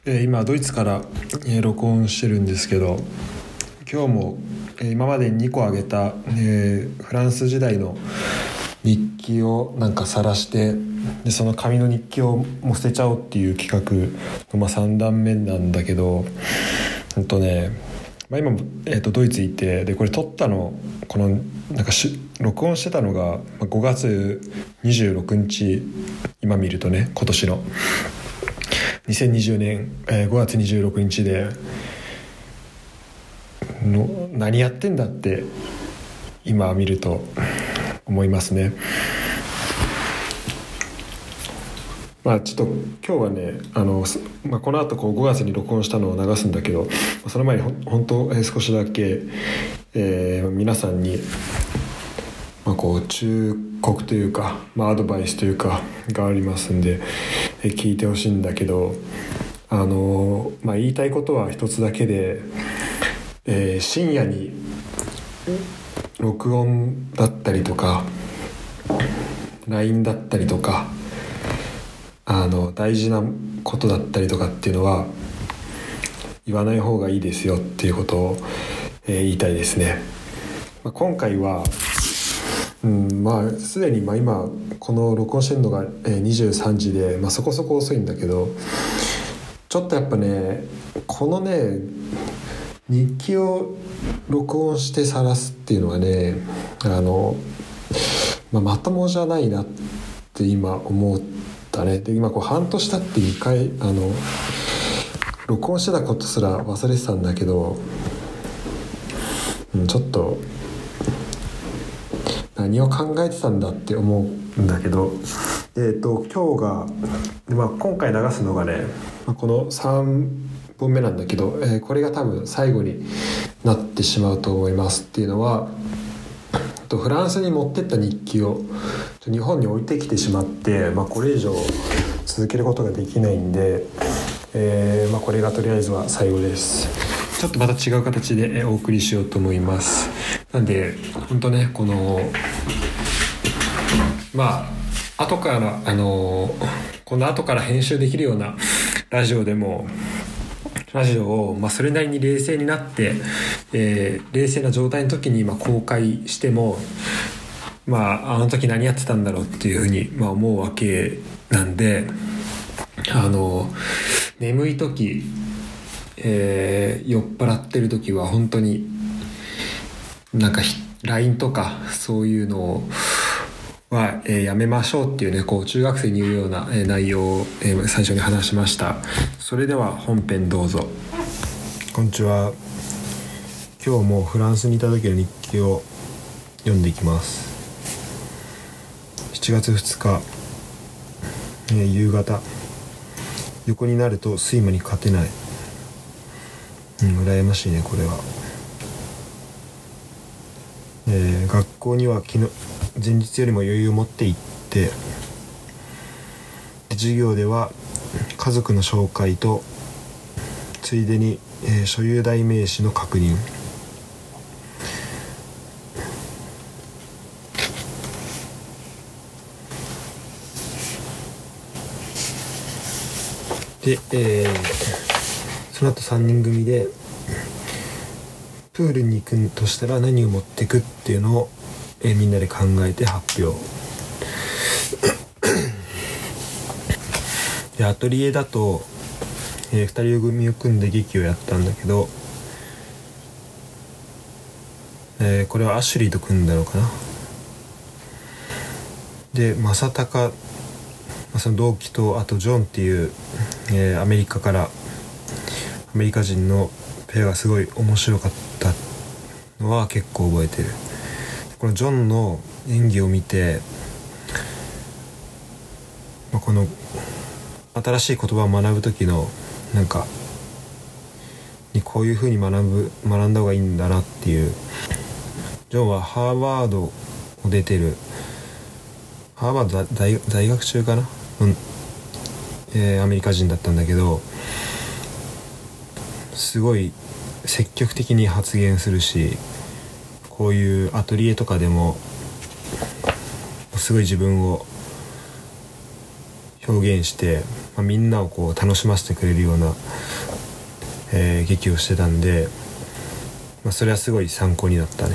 今ドイツから、録音してるんですけど、今日も、今まで2個あげた、フランス時代の日記をなんか晒して、でその紙の日記をもう捨てちゃおうっていう企画の、3段目なんだけど、今、ドイツいて、でこれ撮ったのこのなんか録音してたのが5月26日、今見るとね、今年の2020年、5月26日で何やってんだって今見ると思いますね。ちょっと今日はね、この後5月に録音したのを流すんだけど、その前に本当少しだけ、皆さんに、忠告というか、アドバイスというかがありますんで、聞いてほしいんだけど、言いたいことは一つだけで、深夜に録音だったりとか LINE だったりとか大事なことだったりとかっていうのは言わない方がいいですよっていうことを、言いたいですね。今回はすでに今この録音してるのが23時で、そこそこ遅いんだけど、ちょっとやっぱね、このね日記を録音して晒すっていうのはね、まともじゃないなって今思ったね。で今半年経って2回録音してたことすら忘れてたんだけど、ちょっと何を考えてたんだって思うんだけど、今日が、今回流すのがね、この3本目なんだけど、これが多分最後になってしまうと思います。っていうのは、フランスに持ってった日記を日本に置いてきてしまって、これ以上続けることができないんで、これがとりあえずは最後です。ちょっとまた違う形でお送りしようと思います。なんで本当ね、この後からこの後から編集できるようなラジオを、それなりに冷静になって、冷静な状態の時に公開しても、あの時何やってたんだろうっていうふうに、思うわけなんで、眠い時、酔っ払ってる時は本当にLINE とかそういうのは、やめましょうっていうね、中学生に言うような、内容を、最初に話しました。それでは本編どうぞ。こんにちは。今日もフランスにいた時の日記を読んでいきます。7月2日、夕方、横になると睡魔に勝てない。羨ましいね、これは。学校には前日よりも余裕を持って行って、授業では家族の紹介とついでに、所有代名詞の確認、で、その後3人組でプールに行くとしたら何を持ってくっていうのを、みんなで考えて発表で、アトリエだと、2人組を組んで劇をやったんだけど、これはアシュリーと組んだのかな。で、正隆、その同期と、あとジョンっていう、アメリカ人のペアがすごい面白かったのは結構覚えてる。このジョンの演技を見て、この新しい言葉を学ぶ時のこういう風に学んだ方がいいんだなっていう。ジョンはハーバードを出てる、ハーバード 大学中かな、アメリカ人だったんだけど、すごい積極的に発言するし、こういうアトリエとかでもすごい自分を表現して、 みんなをこう楽しませてくれるような、劇をしてたんで、それはすごい参考になったね。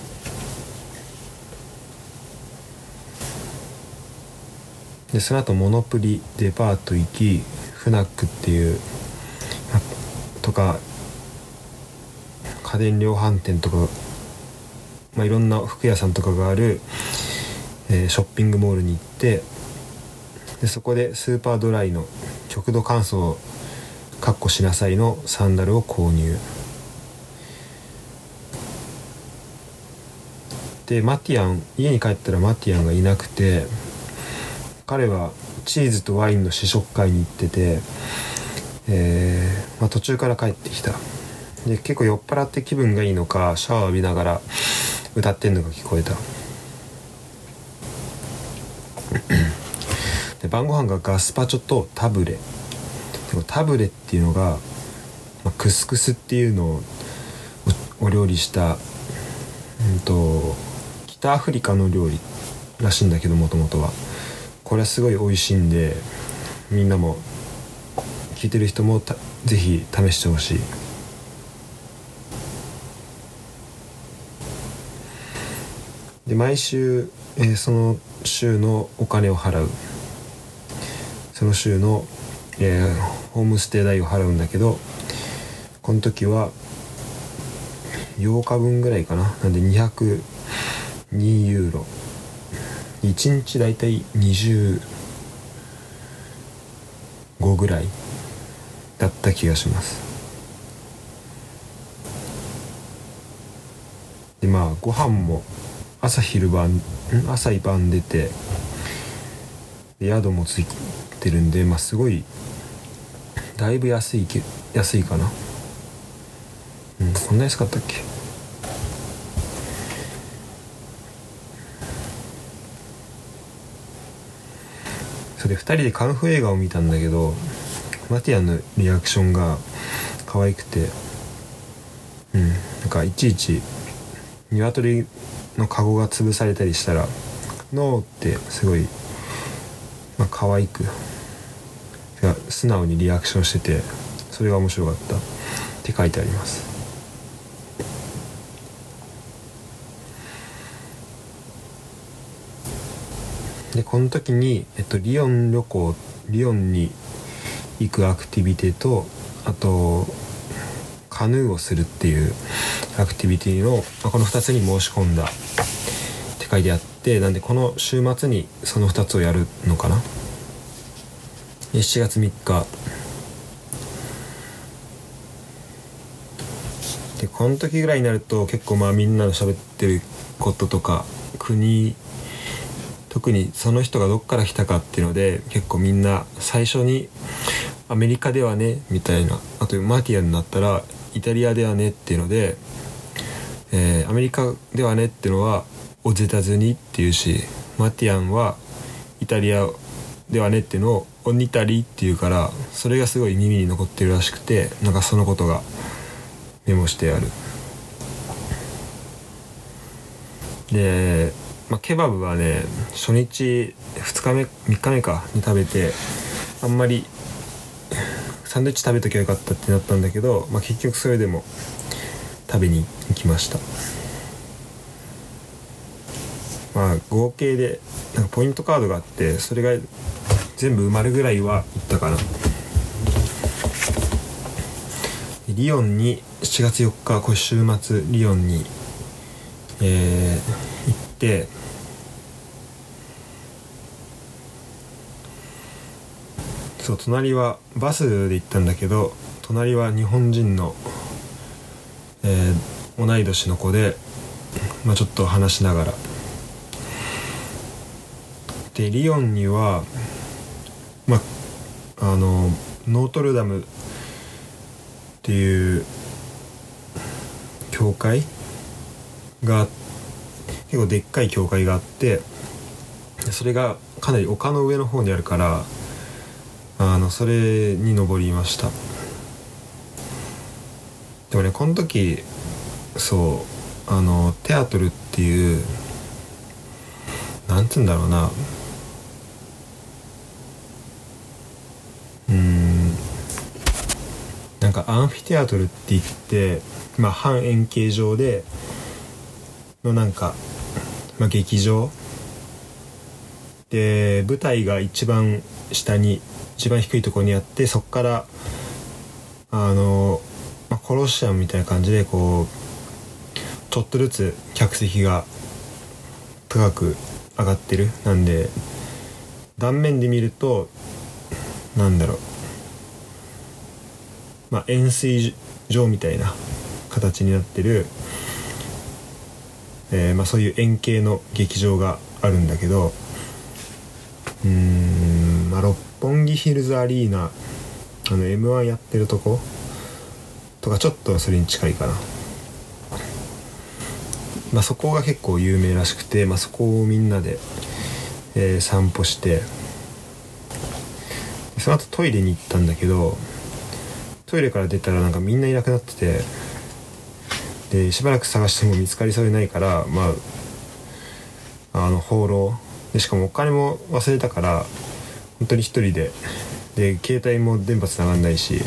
でその後モノプリデパート行き、フナックっていうとか家電量販店とか、いろんな服屋さんとかがある、ショッピングモールに行って、でそこでスーパードライの極度乾燥かっこしなさいのサンダルを購入で、家に帰ったらマティアンがいなくて、彼はチーズとワインの試食会に行ってて、途中から帰ってきた。で結構酔っ払って気分がいいのかシャワー浴びながら歌ってんのが聞こえた。で晩ご飯がガスパチョとタブレ。でタブレっていうのが、クスクスっていうのをお料理した、北アフリカの料理らしいんだけど、もともとはこれはすごい美味しいんで、みんなも聞いてる人もぜひ試してほしい。で毎週、その週のお金を払う、その週の、ホームステイ代を払うんだけど、この時は8日分ぐらいかな、なんで202ユーロ、1日だいたい25ぐらいだった気がします。でご飯も朝晩出て、宿もついてるんで、すごいだいぶ安いかな。こんな安かったっけ。それで2人でカンフー映画を見たんだけど、マティアンのリアクションが可愛くて、なんかいちいち鶏のカゴが潰されたりしたらノーってすごい、可愛く素直にリアクションしてて、それが面白かったって書いてあります。でこの時に、リヨンに行くアクティビティと、あとカヌーをするっていうアクティビティの、この2つに申し込んだって書いてあって、なんでこの週末にその2つをやるのかな。7月3日で、この時ぐらいになると結構みんなの喋ってることとか、特にその人がどっから来たかっていうので、結構みんな最初にアメリカではねみたいな、あとマティアになったらイタリアではねっていうので、アメリカではねっていうのはオゼタズニっていうし、マティアンはイタリアではねっていうのをオニタリっていうから、それがすごい耳に残ってるらしくて、なんかそのことがメモしてある。でケバブはね、初日2日目3日目かに食べて、あんまりサンドイッチ食べときゃよかったってなったんだけど、結局それでも食べに行きました。合計でなんかポイントカードがあって、それが全部埋まるぐらいは行ったかな。リヨンに7月4日、これ週末リヨンに、行って、隣はバスで行ったんだけど、隣は日本人の、同い年の子で、ちょっと話しながらで、リヨンにはノートルダムっていう教会が、結構でっかい教会があって、それがかなり丘の上の方にあるから、それに登りました。でもね、この時テアトルっていう、なんつうんだろうな、 アンフィテアトルって言って、半円形状での劇場で、舞台が一番下に一番低いところにあって、そこからコロシアムみたいな感じでこうちょっとずつ客席が高く上がってる。なんで断面で見ると円錐状みたいな形になってる、そういう円形の劇場があるんだけど、六本木ヒルズアリーナM1 やってるとことかちょっとそれに近いかな。そこが結構有名らしくて、そこをみんなで、散歩して、その後トイレに行ったんだけど、トイレから出たらみんないなくなってて、でしばらく探しても見つかりそうにないから、放浪で、しかもお金も忘れたから本当に一人で携帯も電波つながんないし、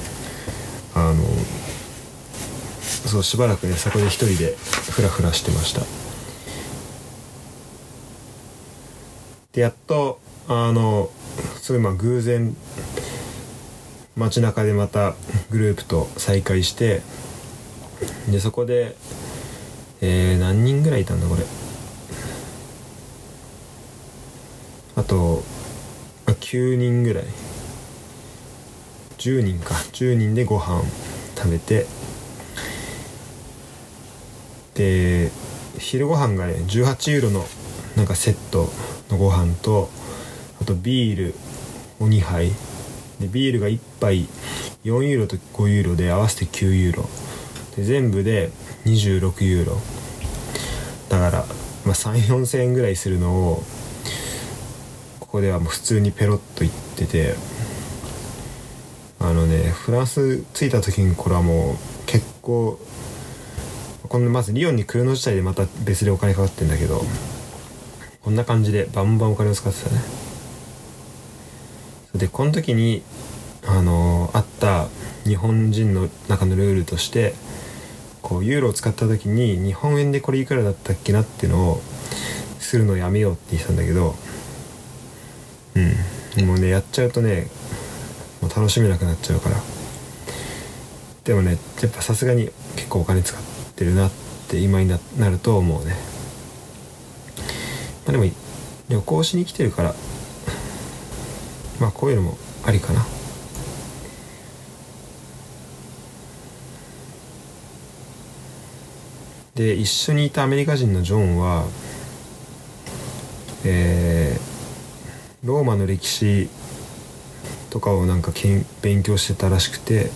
そうしばらくねそこで一人でフラフラしてました。でやっとすごい偶然街中でまたグループと再会して、でそこで、何人ぐらいいたんだこれ、あと9人ぐらい、10人でご飯食べて、で昼ご飯がね18ユーロのセットのご飯と、あとビールを2杯で、ビールが1杯4ユーロと5ユーロで合わせて9ユーロで、全部で26ユーロだから、3、4千円ぐらいするのをここではもう普通にペロッと言ってて、フランス着いた時にこれはもう結構まずリヨンに来るの自体でまた別でお金かかってんだけど、こんな感じでバンバンお金を使ってたね。でこの時にあった日本人の中のルールとして、こうユーロを使った時に日本円でこれいくらだったっけなっていうのをするのをやめようって言ってたんだけど、もうねやっちゃうとねもう楽しめなくなっちゃうから。でもねやっぱさすがに結構お金使ってるなって今に なると思うね。でも旅行しに来てるからこういうのもありかな。で一緒にいたアメリカ人のジョンは、ローマの歴史とかを勉強してたらしくて、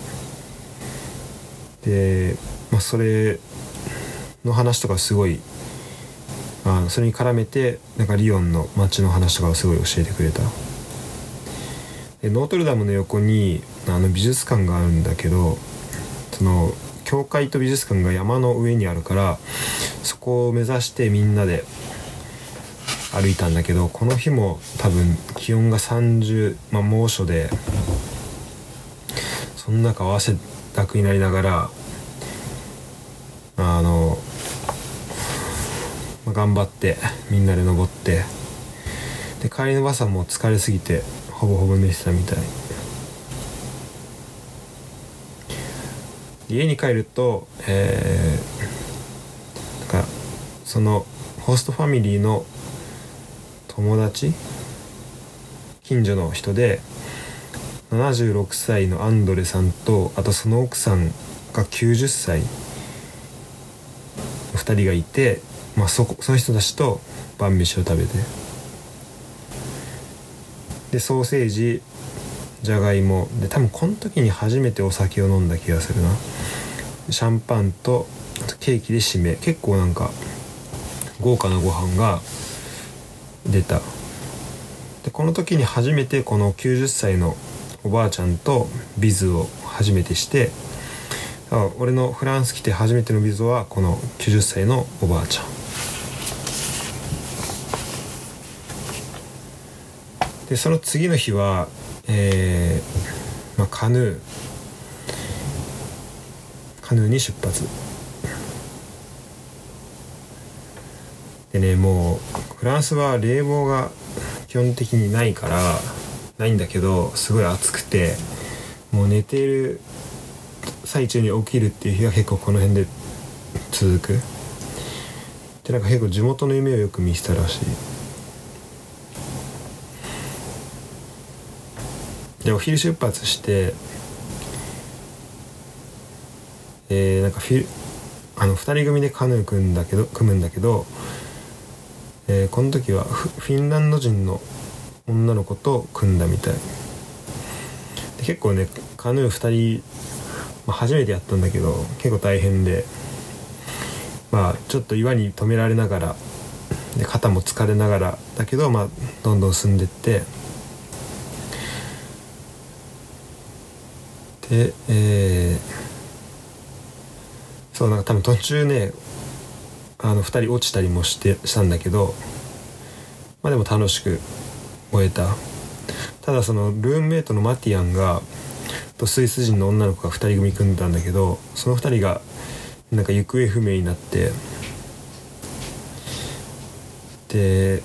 で、それの話とかすごいそれに絡めてリヨンの街の話とかをすごい教えてくれた。でノートルダムの横に美術館があるんだけど、その教会と美術館が山の上にあるから、そこを目指してみんなで歩いたんだけど、この日も多分気温が30、猛暑で、その中汗だくになりながら頑張ってみんなで登って、で帰りのバスはもう疲れすぎてほぼほぼ寝てたみたい。家に帰ると、そのホストファミリーの友達、近所の人で76歳のアンドレさんと、あとその奥さんが90歳2人がいて、その人たちと晩飯を食べて、でソーセージ、じゃがいもで、多分この時に初めてお酒を飲んだ気がするな。シャンパンとケーキで締め、結構豪華なご飯が出た。でこの時に初めてこの90歳のおばあちゃんとビズを初めてして、俺のフランス来て初めてのビズはこの90歳のおばあちゃんで、その次の日は、カヌーカヌーに出発でね、もうフランスは冷房が基本的にないんだけど、すごい暑くて、もう寝ている最中に起きるっていう日が結構この辺で続く。でなんか結構地元の夢をよく見せたらしい。でお昼出発して、なんか2人組でカヌー組むんだけど、この時はフィンランド人の女の子と組んだみたいで、結構ねカヌー2人、初めてやったんだけど結構大変で、ちょっと岩に止められながらで肩も疲れながらだけど、どんどん進んでって、で、そうなんか多分途中ね2人落ちたりもしたんだけど、でも楽しく終えた。ただそのルームメイトのマティアンがとスイス人の女の子が2人組組んだんだけど、その2人がなんか行方不明になって、で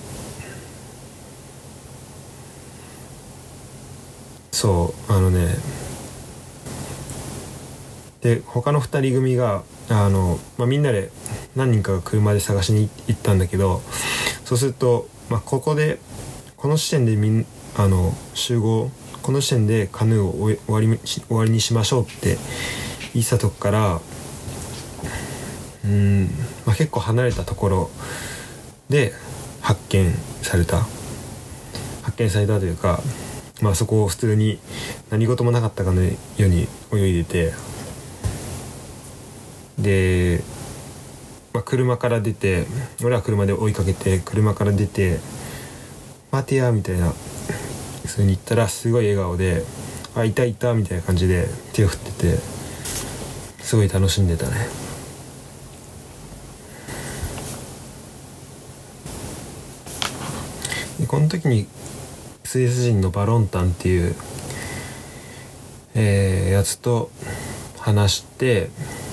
で他の2人組がみんなで何人かが車で探しに行ったんだけど、そうすると、この時点で集合、この時点でカヌーを終わりにしましょうって言ったとこから結構離れたところで発見されたというか、そこを普通に何事もなかったかのように泳いでて、で、車から出て、俺は車で追いかけて車から出てマティアみたいな普通に言ったら、すごい笑顔でいたいたみたいな感じで手を振ってて、すごい楽しんでたね。でこの時にスイス人のバロンタンっていう、やつと話して、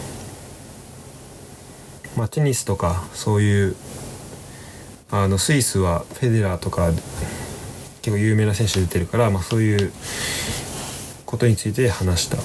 テニスとかそういうスイスはフェデラーとか結構有名な選手出てるから、そういうことについて話した。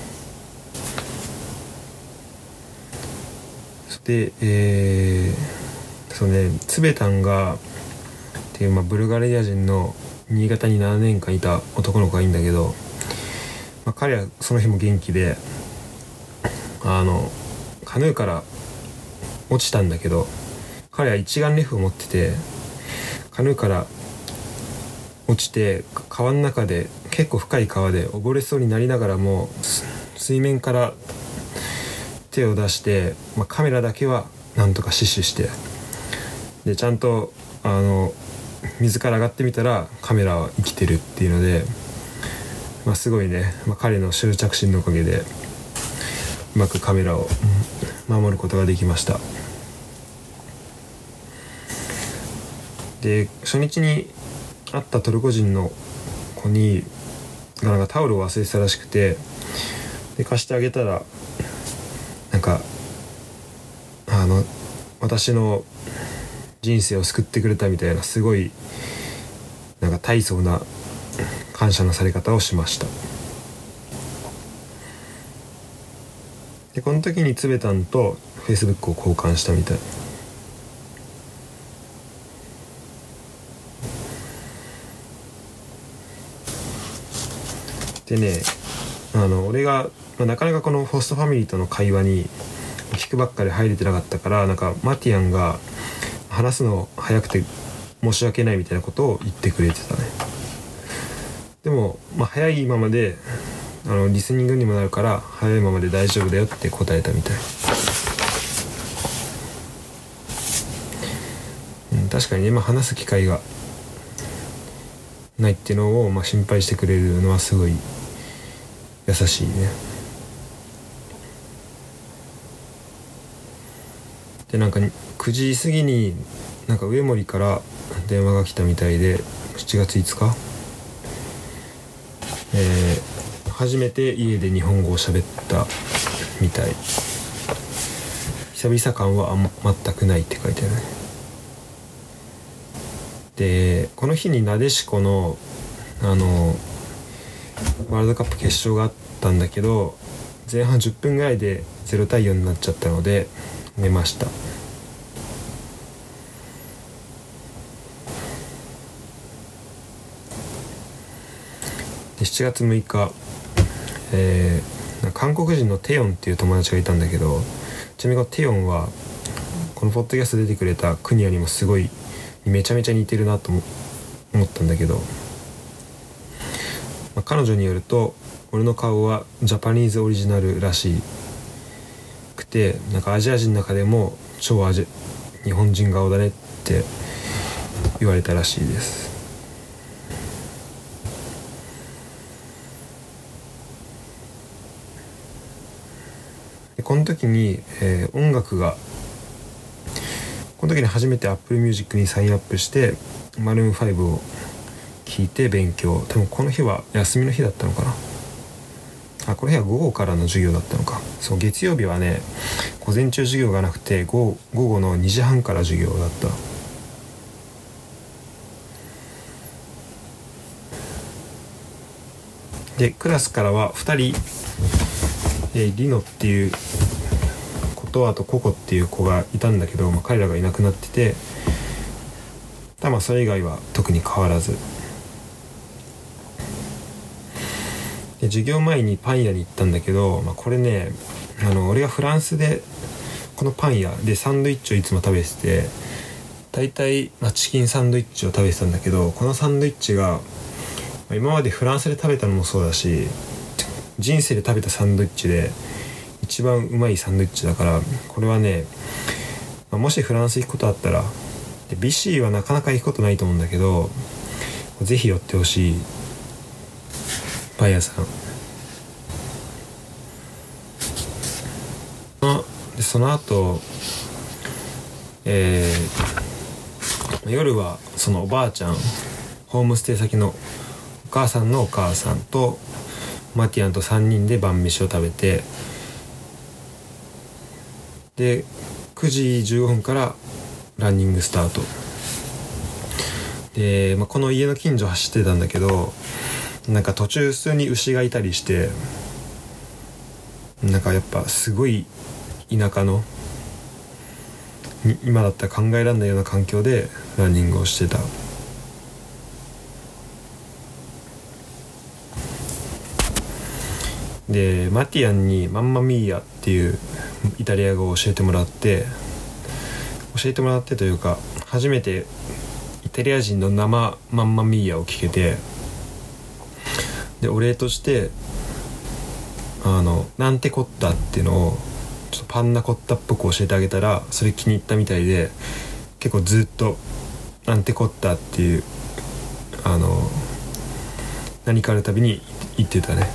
で、ツベタンがっていう、ブルガリア人の新潟に7年間いた男の子がいいんだけど、彼はその日も元気でカヌーから落ちたんだけど、彼は一眼レフを持ってて、カヌーから落ちて川の中で、結構深い川で溺れそうになりながらも水面から手を出して、カメラだけはなんとか死守して、でちゃんと水から上がってみたらカメラは生きてるっていうので、すごいね、彼の執着心のおかげでうまくカメラを守ることができました。で初日に会ったトルコ人の子になんかタオルを忘れてたらしくて、で貸してあげたらなんか私の人生を救ってくれたみたいな、すごいなんか大層な感謝のされ方をしました。でこの時にツベタンと Facebook を交換したみたい。でね、俺が、なかなかこのホストファミリーとの会話に聞くばっかり入れてなかったから、なんかマティアンが話すの早くて申し訳ないみたいなことを言ってくれてたね。でも、早いままでリスニングにもなるから早いままで大丈夫だよって答えたみたい。確かにね、話す機会がないっていうのを心配してくれるのはすごい優しいね。でなんか9時過ぎになんか上森から電話が来たみたいで、7月5日、初めて家で日本語を喋ったみたい。久々感は全くないって書いてあるね。でこの日になでしこのワールドカップ決勝があったんだけど、前半10分ぐらいで0対4になっちゃったので寝ました。で7月6日、韓国人のテヨンっていう友達がいたんだけど、ちなみにテヨンはこのポッドキャスト出てくれたクニアにもすごいめちゃめちゃ似てるなと思ったんだけど、彼女によると俺の顔はジャパニーズオリジナルらしくて、アジア人の中でも超日本人顔だねって言われたらしいです。でこの時に、この時に初めて Apple Music にサインアップしてマルーン5を聴いて勉強。多分この日は休みの日だったのかな。この日は午後からの授業だったのか。そう、月曜日はね午前中授業がなくて午後の2時半から授業だった。でクラスからは2人、リノっていう子とあとココっていう子がいたんだけど、彼らがいなくなってて、それ以外は特に変わらず。で授業前にパン屋に行ったんだけど、これね俺がフランスでこのパン屋でサンドイッチをいつも食べてて、大体、チキンサンドイッチを食べてたんだけど、このサンドイッチが今までフランスで食べたのもそうだし人生で食べたサンドイッチで一番うまいサンドイッチだから、これはね、もしフランス行くことあったら、でビシーはなかなか行くことないと思うんだけど、ぜひ寄ってほしいパン屋さん。でその後、夜はそのおばあちゃん、ホームステイ先のお母さんのお母さんとマティアンと3人で晩飯を食べて、で9時15分からランニングスタートで、この家の近所走ってたんだけど、途中普通に牛がいたりして、やっぱすごい田舎の今だったら考えられないような環境でランニングをしてた。でマティアンにマンマミーヤっていうイタリア語を教えてもらってというか、初めてイタリア人の生マンマミーヤを聞けて、でお礼としてなんてこったっていうのをちょっとパンナコッタっぽく教えてあげたら、それ気に入ったみたいで、結構ずっとなんてこったっていう何かあるたびに言ってたね。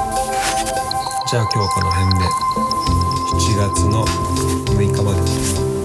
じゃあ今日はこの辺で7月の6日まで。